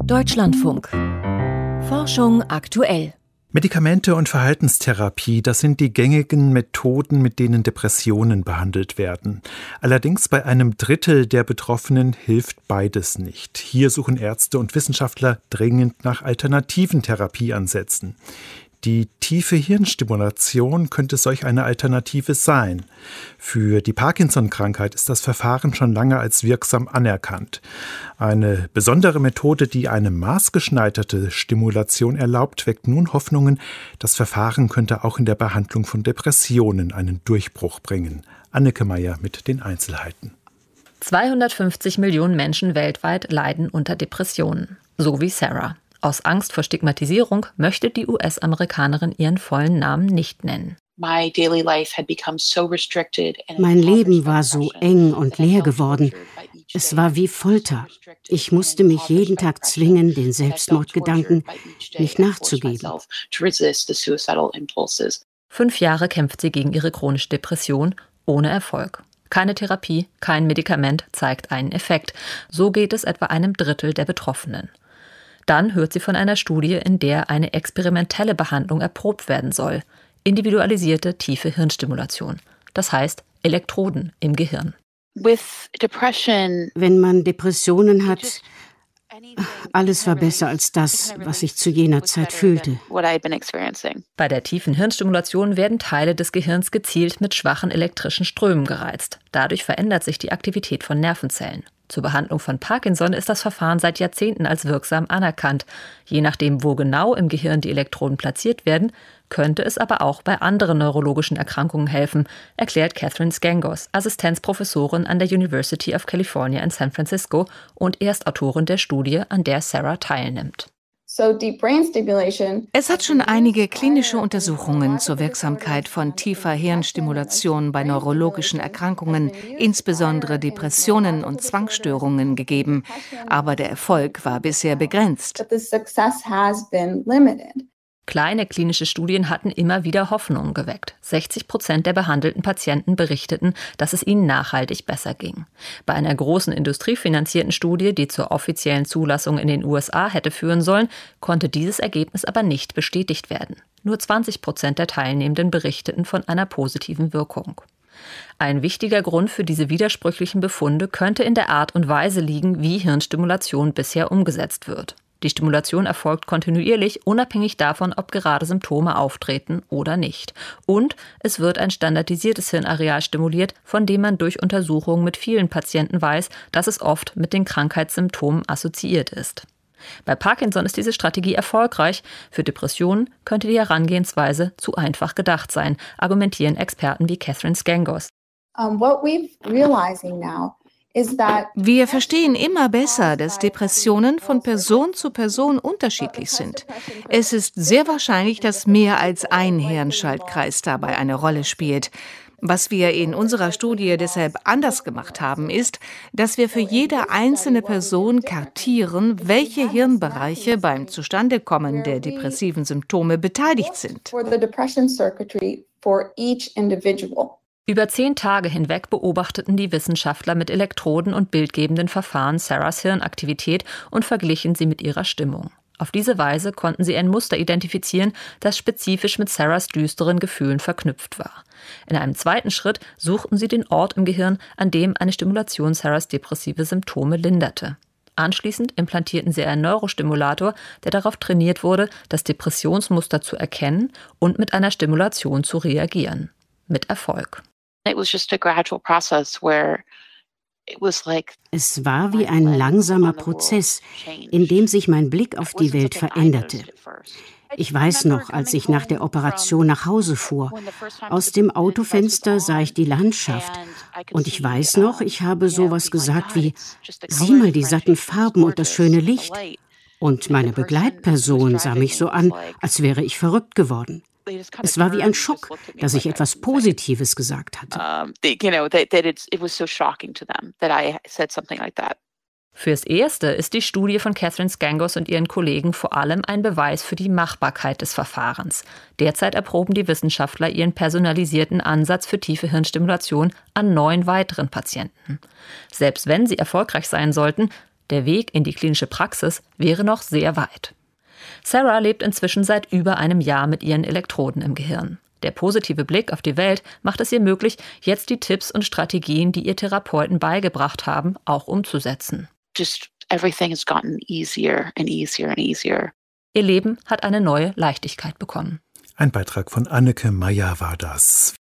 Deutschlandfunk. Forschung aktuell. Medikamente und Verhaltenstherapie, das sind die gängigen Methoden, mit denen Depressionen behandelt werden. Allerdings bei einem Drittel der Betroffenen hilft beides nicht. Hier suchen Ärzte und Wissenschaftler dringend nach alternativen Therapieansätzen. Die tiefe Hirnstimulation könnte solch eine Alternative sein. Für die Parkinson-Krankheit ist das Verfahren schon lange als wirksam anerkannt. Eine besondere Methode, die eine maßgeschneiderte Stimulation erlaubt, weckt nun Hoffnungen, das Verfahren könnte auch in der Behandlung von Depressionen einen Durchbruch bringen. Anneke Meyer mit den Einzelheiten. 250 Millionen Menschen weltweit leiden unter Depressionen, so wie Sarah. Aus Angst vor Stigmatisierung möchte die US-Amerikanerin ihren vollen Namen nicht nennen. Mein Leben war so eng und leer geworden. Es war wie Folter. Ich musste mich jeden Tag zwingen, den Selbstmordgedanken nicht nachzugeben. 5 Jahre kämpft sie gegen ihre chronische Depression, ohne Erfolg. Keine Therapie, kein Medikament zeigt einen Effekt. So geht es etwa einem Drittel der Betroffenen. Dann hört sie von einer Studie, in der eine experimentelle Behandlung erprobt werden soll. Individualisierte tiefe Hirnstimulation. Das heißt Elektroden im Gehirn. Wenn man Depressionen hat, alles war besser als das, was ich zu jener Zeit fühlte. Bei der tiefen Hirnstimulation werden Teile des Gehirns gezielt mit schwachen elektrischen Strömen gereizt. Dadurch verändert sich die Aktivität von Nervenzellen. Zur Behandlung von Parkinson ist das Verfahren seit Jahrzehnten als wirksam anerkannt. Je nachdem, wo genau im Gehirn die Elektroden platziert werden, könnte es aber auch bei anderen neurologischen Erkrankungen helfen, erklärt Catherine Scangos, Assistenzprofessorin an der University of California in San Francisco und Erstautorin der Studie, an der Sarah teilnimmt. Es hat schon einige klinische Untersuchungen zur Wirksamkeit von tiefer Hirnstimulation bei neurologischen Erkrankungen, insbesondere Depressionen und Zwangsstörungen, gegeben. Aber der Erfolg war bisher begrenzt. Kleine klinische Studien hatten immer wieder Hoffnungen geweckt. 60% der behandelten Patienten berichteten, dass es ihnen nachhaltig besser ging. Bei einer großen industriefinanzierten Studie, die zur offiziellen Zulassung in den USA hätte führen sollen, konnte dieses Ergebnis aber nicht bestätigt werden. Nur 20% der Teilnehmenden berichteten von einer positiven Wirkung. Ein wichtiger Grund für diese widersprüchlichen Befunde könnte in der Art und Weise liegen, wie Hirnstimulation bisher umgesetzt wird. Die Stimulation erfolgt kontinuierlich, unabhängig davon, ob gerade Symptome auftreten oder nicht. Und es wird ein standardisiertes Hirnareal stimuliert, von dem man durch Untersuchungen mit vielen Patienten weiß, dass es oft mit den Krankheitssymptomen assoziiert ist. Bei Parkinson ist diese Strategie erfolgreich. Für Depressionen könnte die Herangehensweise zu einfach gedacht sein, argumentieren Experten wie Catherine Scangos. Wir verstehen immer besser, dass Depressionen von Person zu Person unterschiedlich sind. Es ist sehr wahrscheinlich, dass mehr als ein Hirnschaltkreis dabei eine Rolle spielt. Was wir in unserer Studie deshalb anders gemacht haben, ist, dass wir für jede einzelne Person kartieren, welche Hirnbereiche beim Zustandekommen der depressiven Symptome beteiligt sind. Über 10 Tage hinweg beobachteten die Wissenschaftler mit Elektroden und bildgebenden Verfahren Sarahs Hirnaktivität und verglichen sie mit ihrer Stimmung. Auf diese Weise konnten sie ein Muster identifizieren, das spezifisch mit Sarahs düsteren Gefühlen verknüpft war. In einem zweiten Schritt suchten sie den Ort im Gehirn, an dem eine Stimulation Sarahs depressive Symptome linderte. Anschließend implantierten sie einen Neurostimulator, der darauf trainiert wurde, das Depressionsmuster zu erkennen und mit einer Stimulation zu reagieren. Mit Erfolg. Es war wie ein langsamer Prozess, in dem sich mein Blick auf die Welt veränderte. Ich weiß noch, als ich nach der Operation nach Hause fuhr. Aus dem Autofenster sah ich die Landschaft. Und ich weiß noch, ich habe sowas gesagt wie: Sieh mal die satten Farben und das schöne Licht. Und meine Begleitperson sah mich so an, als wäre ich verrückt geworden. Es war wie ein Schock, dass ich etwas Positives gesagt hatte. Fürs Erste ist die Studie von Catherine Scangos und ihren Kollegen vor allem ein Beweis für die Machbarkeit des Verfahrens. Derzeit erproben die Wissenschaftler ihren personalisierten Ansatz für tiefe Hirnstimulation an 9 weiteren Patienten. Selbst wenn sie erfolgreich sein sollten, Der Weg in die klinische Praxis wäre noch sehr weit. Sarah lebt inzwischen seit über einem Jahr mit ihren Elektroden im Gehirn. Der positive Blick auf die Welt macht es ihr möglich, jetzt die Tipps und Strategien, die ihr Therapeuten beigebracht haben, auch umzusetzen. Everything has gotten easier and easier and easier. Ihr Leben hat eine neue Leichtigkeit bekommen. Ein Beitrag von Anneke Meyer war das.